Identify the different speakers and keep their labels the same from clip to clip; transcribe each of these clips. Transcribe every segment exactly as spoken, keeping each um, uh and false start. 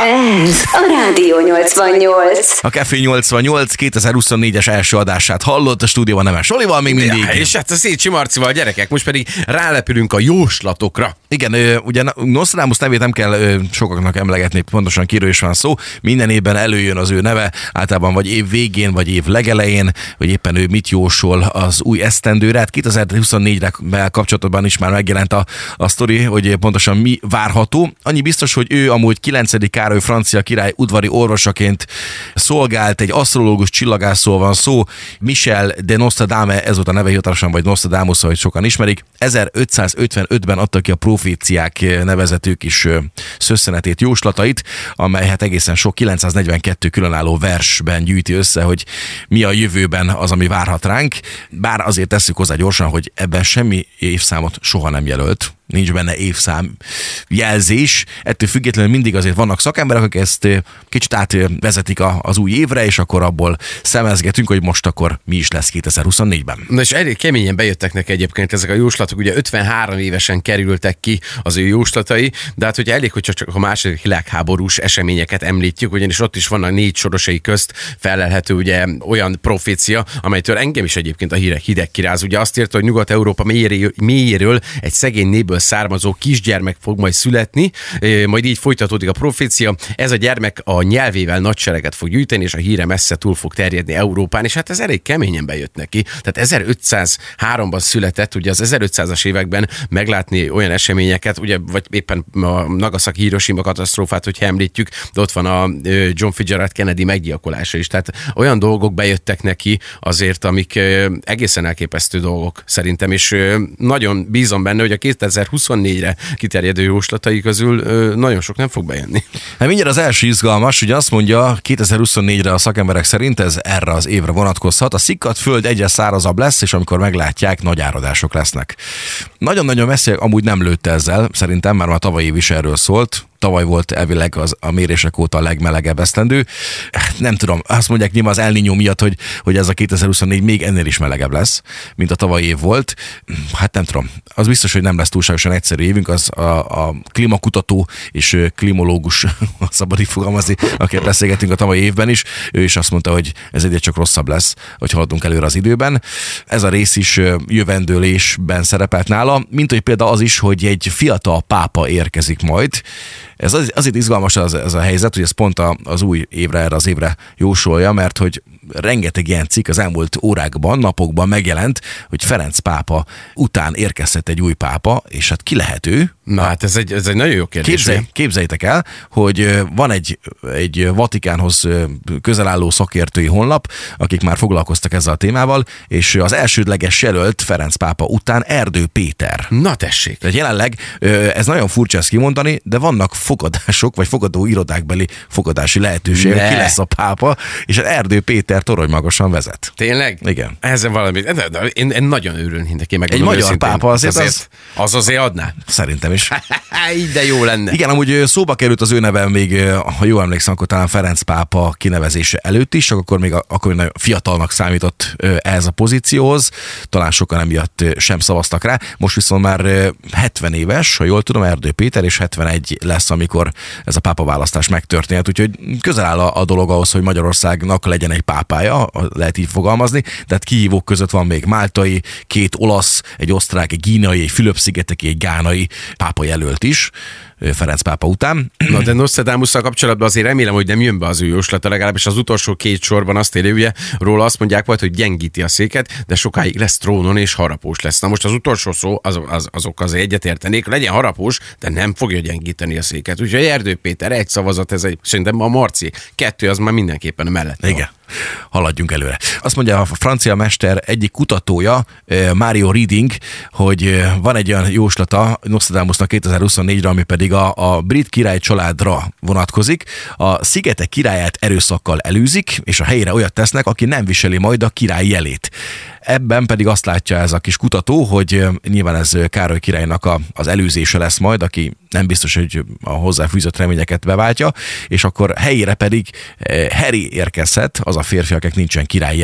Speaker 1: Ez a Rádió nyolcvannyolc.
Speaker 2: A Café nyolcvannyolc kétezer-huszonnégyes első adását hallott, a stúdióban Nemes Olival még mindig.
Speaker 3: Ja, és hát a Szécsi Marcival, gyerekek, most pedig rálepülünk a jóslatokra.
Speaker 2: Igen, ugye Nostradamus nevét nem kell sokaknak emlegetni, pontosan kiről is van szó. Minden évben előjön az ő neve, általában vagy év végén, vagy év legelején, hogy éppen ő mit jósol az új esztendőre. Hát kétezer-huszonnégyre kapcsolatban is már megjelent a, a sztori, hogy pontosan mi várható. Annyi biztos, hogy ő amúgy kilencedik Károly francia király udvari orvosaként szolgált, egy asztrológus csillagászról van szó, Michel de Nostradame, ez volt a neve hivatalosan, vagy Nostradamus, ahogy sokan ismerik. ezerötszázötvenötben adta ki a Proféciák nevezetű kis szösszenetét, jóslatait, amely hát egészen sok kilencszáznegyvenkettő különálló versben gyűjti össze, hogy mi a jövőben az, ami várhat ránk. Bár azért tesszük hozzá gyorsan, hogy ebben semmi évszámot soha nem jelölt. Nincs benne évszám jelzés, ettől függetlenül mindig azért vannak szakemberek, akik ezt kicsit átvezetik az új évre, és akkor abból szemezgetünk, hogy most akkor mi is lesz kétezer-huszonnégyben.
Speaker 3: Na és elég keményen bejöttek neki egyébként ezek a jóslatok, ugye ötvenhárom évesen kerültek ki az ő jóslatai, de hát ugye elég, hogy csak a második világháborús eseményeket említjük, ugyanis ott is vannak négy sorosai közt felelhető ugye olyan profécia, amelytől engem is egyébként a hírek hideg kiráz. Ugye azt írta, hogy Nyugat-Európa mélyéről egy szegény népből származó kisgyermek fog majd születni, majd így folytatódik a profécia. Ez a gyermek a nyelvével nagy sereget fog gyűjteni, és a híre messze túl fog terjedni Európán, és hát ez elég keményen bejött neki. Tehát ezerötszázháromban született, ugye az ezerötszázas években meglátni olyan eseményeket, ugye, vagy éppen a Nagasaki Hiroshima katasztrófát, hogyha említjük, de ott van a John Fitzgerald Kennedy meggyilkolása is. Tehát olyan dolgok bejöttek neki azért, amik egészen elképesztő dolgok szerintem, és nagyon bízom benne, hogy a kétezer-huszonnégyre kiterjedő jóslatai közül ö, nagyon sok nem fog bejönni.
Speaker 2: Hát mindjárt az első izgalmas, ugye azt mondja, kétezer-huszonnégyre a szakemberek szerint ez erre az évre vonatkozhat. A szikkadt föld egyre szárazabb lesz, és amikor meglátják, nagy áradások lesznek. Nagyon-nagyon messzire amúgy nem lőtte ezzel, szerintem már a tavalyi év is erről szólt. Tavaly volt elvileg az a mérések óta a legmelegebb esztendő. Nem tudom, azt mondják nyilván az El Niño miatt, hogy, hogy ez a kétezer-huszonnégy még ennél is melegebb lesz, mint a tavalyi év volt. Hát nem tudom. Az biztos, hogy nem lesz túlságosan egyszerű évünk, az a, a klímakutató és klímológus, szabad így fogalmazni, akit beszélgetünk a tavalyi évben is, ő is azt mondta, hogy ez egyre csak rosszabb lesz, hogy haladunk előre az időben. Ez a rész is jövendőlésben szerepelt nála, mint hogy például az is, hogy egy fiatal pápa érkezik majd. Ez az, azért izgalmas az, ez a helyzet, hogy ez pont az új évre, erre az évre jósolja, mert hogy rengeteg ilyen cikk az elmúlt órákban, napokban megjelent, hogy Ferenc pápa után érkezhet egy új pápa, és hát ki lehet ő?
Speaker 3: Na hát ez egy, ez egy nagyon jó kérdés.
Speaker 2: Képzelj, képzeljétek el, hogy van egy, egy Vatikánhoz közel álló szakértői honlap, akik már foglalkoztak ezzel a témával, és az elsődleges jelölt Ferenc pápa után Erdő Péter.
Speaker 3: Na tessék!
Speaker 2: Tehát jelenleg ez nagyon furcsa ezt kimondani, de vannak fogadások, vagy fogadó irodákbeli fogadási lehetőség, ki lesz a pápa, és Erdő Péter torony magasan vezet.
Speaker 3: Tényleg?
Speaker 2: Igen.
Speaker 3: Ez valami, én, én nagyon örülnék neki, meg
Speaker 2: egy magyar
Speaker 3: őszintén.
Speaker 2: pápa azért,
Speaker 3: azért
Speaker 2: az,
Speaker 3: az azért adná.
Speaker 2: Szerintem is.
Speaker 3: Így de jó lenne.
Speaker 2: Igen, amúgy szóba került az ő neve még, ha jól emlékszem, akkor talán Ferenc pápa kinevezése előtt is, akkor még akkor nagyon fiatalnak számított ehhez a pozícióhoz, talán sokan emiatt sem szavaztak rá. Most viszont már hetven éves, ha jól tudom, Erdő Péter, és hetvenegy lesz, amikor ez a pápaválasztás megtörténhet, úgyhogy közel áll a, a dolog ahhoz, hogy Magyarországnak legyen egy pápája, lehet így fogalmazni, de hát kihívók között van még máltai, két olasz, egy osztrák, egy gínai, egy Fülöp-szigeteki, egy gánai pápa jelölt is, Ferenc pápa után.
Speaker 3: Na de Nostradamusszal kapcsolatban azért remélem, hogy nem jön be az ő jóslata, legalábbis az utolsó két sorban azt írja, ugye róla azt mondják majd, hogy gyengíti a széket, de sokáig lesz trónon és harapós lesz. Na most az utolsó szó, az, az, azok azért egyetértenék, legyen harapós, de nem fogja gyengíteni a széket. Úgyhogy Erdő Péter egy szavazat, ez egy, szerintem a Marci, kettő az már mindenképpen mellett.
Speaker 2: Igen. Haladjunk előre. Azt mondja a francia mester egyik kutatója, Mario Reading, hogy van egy olyan jóslata Nostradamusnak kétezer-huszonnégyre, ami pedig a, a brit király családra vonatkozik. A szigetek királyát erőszakkal elűzik, és a helyére olyat tesznek, aki nem viseli majd a király jelét. Ebben pedig azt látja ez a kis kutató, hogy nyilván ez Károly királynak a, az elűzése lesz majd, aki nem biztos, hogy a hozzáfűzött reményeket beváltja, és akkor helyére pedig Harry érkezhet, az a férfi, akinek nincsen király jele,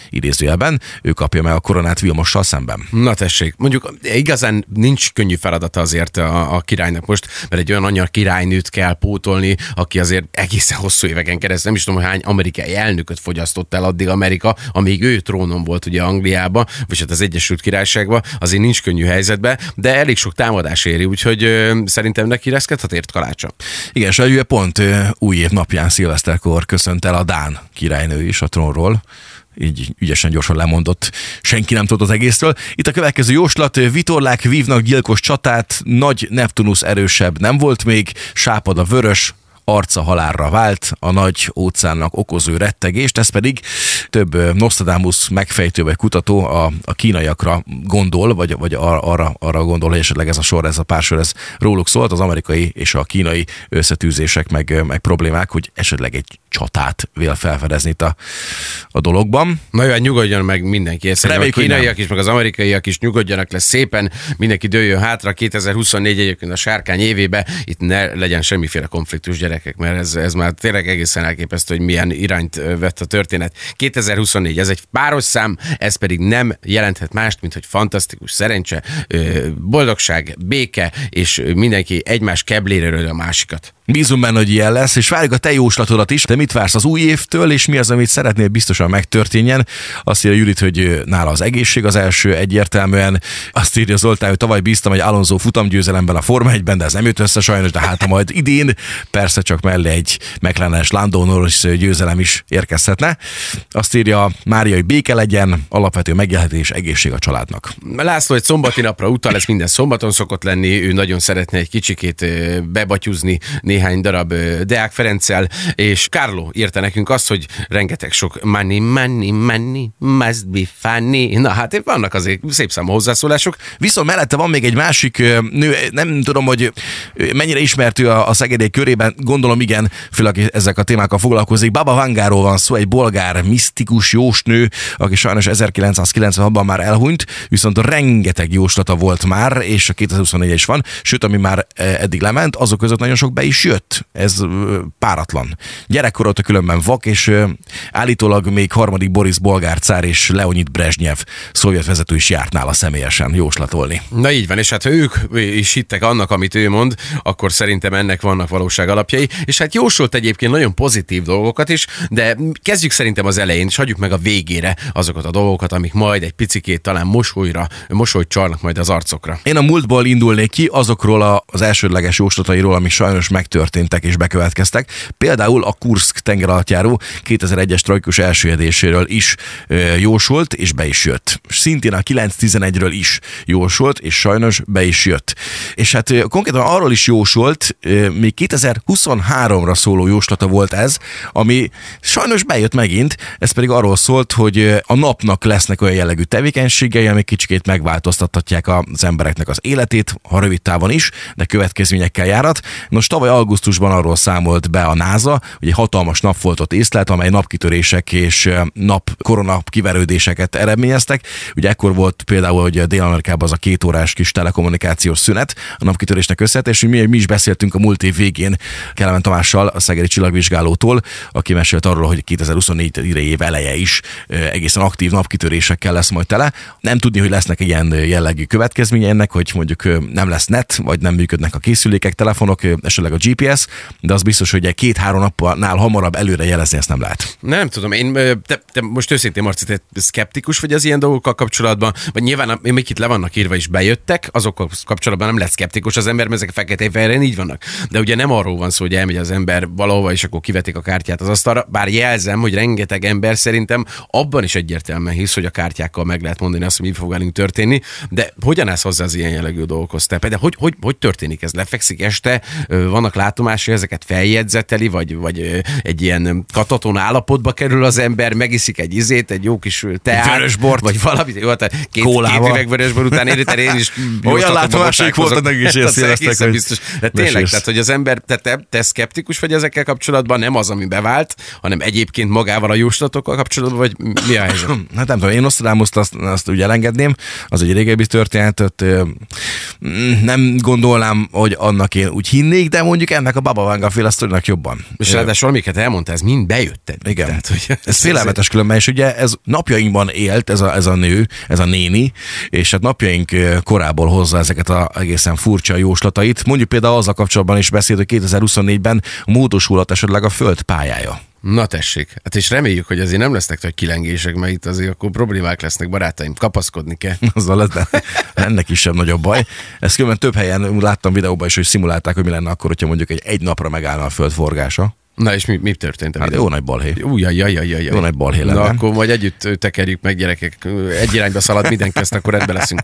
Speaker 2: idézőjelben, ő kapja meg a koronát Vilmossal szemben.
Speaker 3: Na tessék, mondjuk igazán nincs könnyű feladata azért a, a királynak most, mert egy olyan anya királynőt kell pótolni, aki azért egészen hosszú éveken keresztül, nem is tudom, hogy hány amerikai elnököt fogyasztott el addig Amerika, amíg ő trónon volt ugye Angliába, vagy hát az Egyesült Királyságba, azért nincs könnyű helyzetbe, de elég sok támadás éri, úgyhogy ö, szerintem neki reszkedhet ért kalácsa.
Speaker 2: Igen, és ugye pont ö, új év napján, szilveszterkor köszönt el a dán királynő is a trónról, így ügyesen gyorsan lemondott, senki nem tudott az egészről. Itt a következő jóslat, vitorlák vívnak gyilkos csatát, nagy Neptunusz erősebb nem volt még, sápad a vörös, arca halálra vált, a nagy óceánnak okozó rettegést, ez pedig több Nostradamus megfejtő vagy kutató a, a kínaiakra gondol, vagy, vagy arra, arra gondol, hogy esetleg ez a sor, ez a pársor, ez róluk szólt, az amerikai és a kínai összetűzések, meg, meg problémák, hogy esetleg egy csatát vél felfedezni itt a, a dologban.
Speaker 3: Na jó, hát nyugodjon meg mindenki. Reméljük, a kínaiak is, meg az amerikaiak is nyugodjanak le szépen, mindenki dőljön hátra, kétezer-huszonnégy egyébként a sárkány évébe, itt ne legyen semmiféle konfliktus, gyerekek, mert ez, ez már tényleg egészen elképesztő, hogy milyen irányt vett a történet. kétezer-huszonnégy, ez egy páros szám, ez pedig nem jelenthet mást, mint hogy fantasztikus szerencse, boldogság, béke, és mindenki egymás kebléről a másikat.
Speaker 2: Bízunk benne, hogy ilyen lesz, és várjuk a te jóslatodat is. Te mit vársz az új évtől, és mi az, amit szeretnél biztosan megtörténjen? Azt írja Judit, hogy nála az egészség az első egyértelműen. Azt írja Zoltán, hogy tavaly bíztam egy Alonso futamgyőzelemben a Forma egyben, de ez nem jött össze sajnos, de hát majd idén persze csak mellé egy McLaren-es Lando Norris győzelem is érkezhetne. Azt írja Mária, hogy béke legyen, alapvető megélhetés, egészség a családnak.
Speaker 3: László egy szombati napra utal, ez minden szombaton szokott lenni, ő nagyon szeretne egy kicsikét bebatyuzni néhány darab Deák Ferenccel, és Carlo írta nekünk azt, hogy rengeteg sok money, money, money, must be funny. Na hát vannak azért szép számú hozzászólások.
Speaker 2: Viszont mellette van még egy másik nő, nem tudom, hogy mennyire ismert ő a, a szegedély körében, gondolom igen, főleg ezek a témákkal foglalkozik. Baba Vangáról van szó, egy bolgár misztikus jósnő, aki sajnos ezerkilencszázkilencvenhatban már elhunyt, viszont rengeteg jóslata volt már, és a kétezer-huszonnégy is van, sőt, ami már eddig lement, azok között nagyon sok be is jött. Ez páratlan. Gyerekkorota különben vak, és állítólag még harmadik Boris bolgár cár és Leonid Brezsnyev szovjet vezető is járt nála személyesen jóslatolni.
Speaker 3: Na így van, és hát ha ők is hittek annak, amit ő mond, akkor szerintem ennek vannak valóság alapjai, és hát jósolt egyébként nagyon pozitív dolgokat is, de kezdjük szerintem az elején, és hagyjuk meg a végére azokat a dolgokat, amik majd egy picikét talán mosolyra, mosolyt csalnak majd az arcokra.
Speaker 2: Én a múltból indulnék ki azokról az elsődleges jóslatairól, amik sajnos megtörténtek és bekövetkeztek. Például a Kurszk tengeralattjáró kétezer-egyes tragikus elsüllyedéséről is ö, jósolt, és be is jött. Szintén a kilenc tizenegyről is jósolt, és sajnos be is jött. És hát ö, konkrétan arról is jósolt, ö, még kétezer-huszonháromra szóló jóslata volt ez, ami sajnos bejött megint, ez pedig arról szólt, hogy a napnak lesznek olyan jellegű tevékenységei, amik kicsikét megváltoztathatják az embereknek az életét, ha rövid távon is, de következményekkel járat. Nos, tavaly augusztusban arról számolt be a NASA, hogy egy hatalmas napfoltot észlelt, amely napkitörések és nap korona kiverődéseket eredményeztek. Ugye ekkor volt például, hogy Dél-Amerikában az a két órás kis telekommunikációs szünet a napkitörésnek köszönhető, és mi, mi is beszéltünk a múlt év végén Kelemen Tamással, a Szegedi Csillagvizsgálótól, aki mesélt arról, hogy kétezer-huszonnégy év eleje is egészen aktív napkitörésekkel lesz majd tele. Nem tudni, hogy lesznek ilyen jellegű következménye ennek, hogy mondjuk nem lesz net, vagy nem működnek a készülékek, telefonok, esetleg a gé pé es, de az biztos, hogy egy két-három napnál hamarabb előre jelezni ezt nem lehet.
Speaker 3: Nem tudom, én te, te most őszintén, Marci, te szkeptikus vagy az ilyen dolgokkal kapcsolatban, vagy nyilván még itt le vannak írva is bejöttek, azokkal kapcsolatban nem lesz szkeptikus az ember, mert ezek fekete-fehéren így vannak. De ugye nem arról van szó, hogy elmegy az ember valahova, és akkor kivetik a kártyát az asztalra, bár jelzem, hogy rengeteg ember szerintem abban is egyértelműen hisz, hogy a kártyákkal meg lehet mondani azt, hogy mi fog velünk történni, de hogyan állsz hozzá az ilyen jellegű dolgokhoz? Te például hogy, hogy, hogy történik ez? Lefekszik este, vannak látomásai, ezeket feljegyzeteli, vagy, vagy egy ilyen kataton állapotba kerül az ember, megiszik egy izét, egy jó kis teát,
Speaker 2: vörösbort,
Speaker 3: vagy valami, jó, tehát két, két üveg vörösbor után érted, én is
Speaker 2: olyan látomásaik voltak neki is
Speaker 3: érszéleztek, hogy biztos. De tényleg, tehát, hogy az ember, te, te, te szkeptikus vagy ezekkel kapcsolatban, nem az, ami bevált, hanem egyébként magával a jóslatokkal kapcsolatban, vagy mi a helyzet?
Speaker 2: Hát nem tudom, én Nostradamuszt azt, azt ugye elengedném, az egy régebbi történetet, nem gondolnám, hogy annak én úgy hinnék, de mondjuk ennek a Baba Vanga féle sztorinak jobban.
Speaker 3: És ráadásul amiket elmondta, ez mind bejötted.
Speaker 2: Igen.
Speaker 3: Tehát, hogy ez,
Speaker 2: ez félelmetes különben, és ugye ez napjainkban élt, ez a, ez a nő, ez a néni, és hát napjaink korából hozza ezeket a egészen furcsa jóslatait. Mondjuk például azzal kapcsolatban is beszélt, hogy kétezer-huszonnégyben módosulhat esetleg a föld pályája.
Speaker 3: Na tessék, hát és reméljük, hogy azért nem lesznek nagy kilengések, mert itt azért akkor problémák lesznek, barátaim, kapaszkodni kell.
Speaker 2: Azzal lenne, lenne kisebb nagyobb baj. Ezt különben több helyen láttam videóban is, hogy szimulálták, hogy mi lenne akkor, hogyha mondjuk egy, egy napra megállna a föld forgása.
Speaker 3: Na és mi, mi történt a
Speaker 2: Hát
Speaker 3: videó?
Speaker 2: jó nagy balhé.
Speaker 3: Újjajjajjajjaj.
Speaker 2: Jó nagy balhé lenne.
Speaker 3: Na akkor majd együtt tekerjük meg, gyerekek. Egy irányba szalad mindenki, azt akkor rendben leszünk.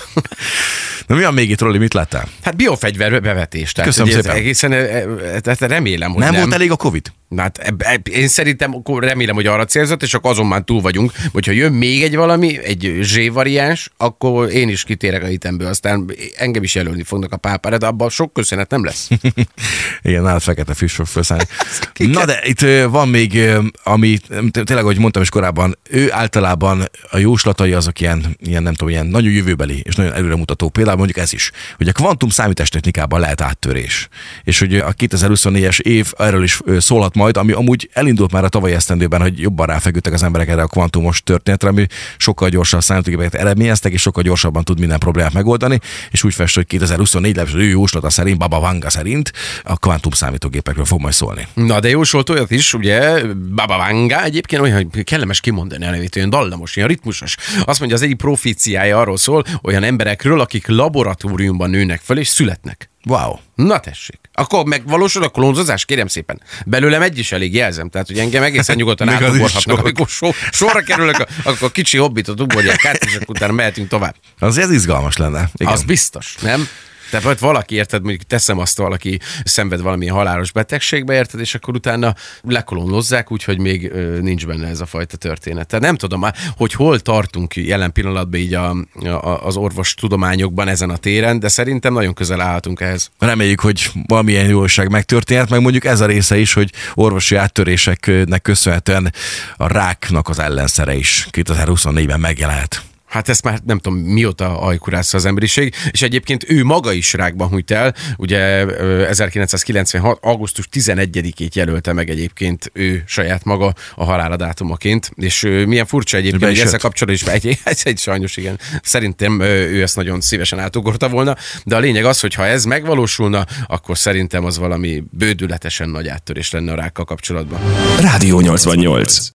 Speaker 2: Na mi van még itt, Roli, mit láttál?
Speaker 3: Hát biofegyver bevetés. Tehát,
Speaker 2: Köszönöm
Speaker 3: ez
Speaker 2: szépen.
Speaker 3: Egészen, tehát remélem, hogy
Speaker 2: Nem,
Speaker 3: nem.
Speaker 2: volt elég a Covid?
Speaker 3: Hát eb, eb, én szerintem akkor remélem, hogy arra célzott, és akkor azon már túl vagyunk, hogyha jön még egy valami, egy zsé-variáns, akkor én is kitérek a hitemből, aztán engem is jelölni fognak a pápára, de abban sok köszönet nem lesz.
Speaker 2: Igen, nálad fekete füst fog felszállni. Na de itt ö, van még, ö, ami tényleg, ahogy mondtam is korábban, ő általában a jóslatai azok ilyen, ilyen nem tudom, ilyen nagyon jövőbeli és nagyon előremutató. Például mondjuk ez is, hogy a kvantum számítástechnikában lehet áttörés. És hogy a kétezer-huszonnégyes év erről is ö, szólhat majd, ami amúgy elindult már a tavalyi esztendőben, hogy jobban ráfeküdtek az emberek erre a kvantumos történetre, ami sokkal gyorsabban számítógépeket eredményeztek, és sokkal gyorsabban tud minden problémát megoldani, és úgy fest, hogy kétezer-huszonnégy az ő jóslata szerint, Baba Vanga szerint a kvantum számítógépekről fog majd szólni.
Speaker 3: Na, de jósolt olyat is, ugye, Baba Vanga egyébként olyan, hogy kellemes kimondani a nevét, olyan dallamos, olyan ritmusos. Azt mondja, az egyik proféciája arról szól, olyan emberekről, akik laboratóriumban nőnek fel és születnek.
Speaker 2: Wow.
Speaker 3: Na tessék. Akkor megvalósul a klónzozás, kérem szépen. Belőlem egy is elég, jelzem. Tehát, hogy engem egészen nyugodtan
Speaker 2: Még az is
Speaker 3: átugorhatnak.
Speaker 2: sok.
Speaker 3: Amikor so, sorra kerülök, akkor a kicsi hobbitot ugorják át, és akkor utána mehetünk tovább.
Speaker 2: Azért ez izgalmas lenne. Igen.
Speaker 3: Az biztos, nem? Tehát valaki, érted, mondjuk teszem azt, valaki szenved valamilyen halálos betegségbe, érted, és akkor utána lekolónozzák, úgyhogy még ö, nincs benne ez a fajta történet. Tehát nem tudom már, hogy hol tartunk jelen pillanatban így a, a, az orvos tudományokban ezen a téren, de szerintem nagyon közel állhatunk ehhez.
Speaker 2: Reméljük, hogy valamilyen jóság megtörténhet, meg mondjuk ez a része is, hogy orvosi áttöréseknek köszönhetően a ráknak az ellenszere is kétezer-huszonnégyben megjelent.
Speaker 3: Hát ezt már nem tudom, mióta ajkurásza az emberiség, és egyébként ő maga is rákban hunyt el, ugye ezerkilencszázkilencvenhat. augusztus tizenegyedikét jelölte meg egyébként ő saját maga a halála dátumaként, és milyen furcsa egyébként, hogy ezzel kapcsolatban is, egy, egy, egy sajnos igen, szerintem ő ezt nagyon szívesen átugorta volna, de a lényeg az, hogy ha ez megvalósulna, akkor szerintem az valami bődületesen nagy áttörés lenne a rákkal kapcsolatban.
Speaker 4: Rádió nyolcvannyolc.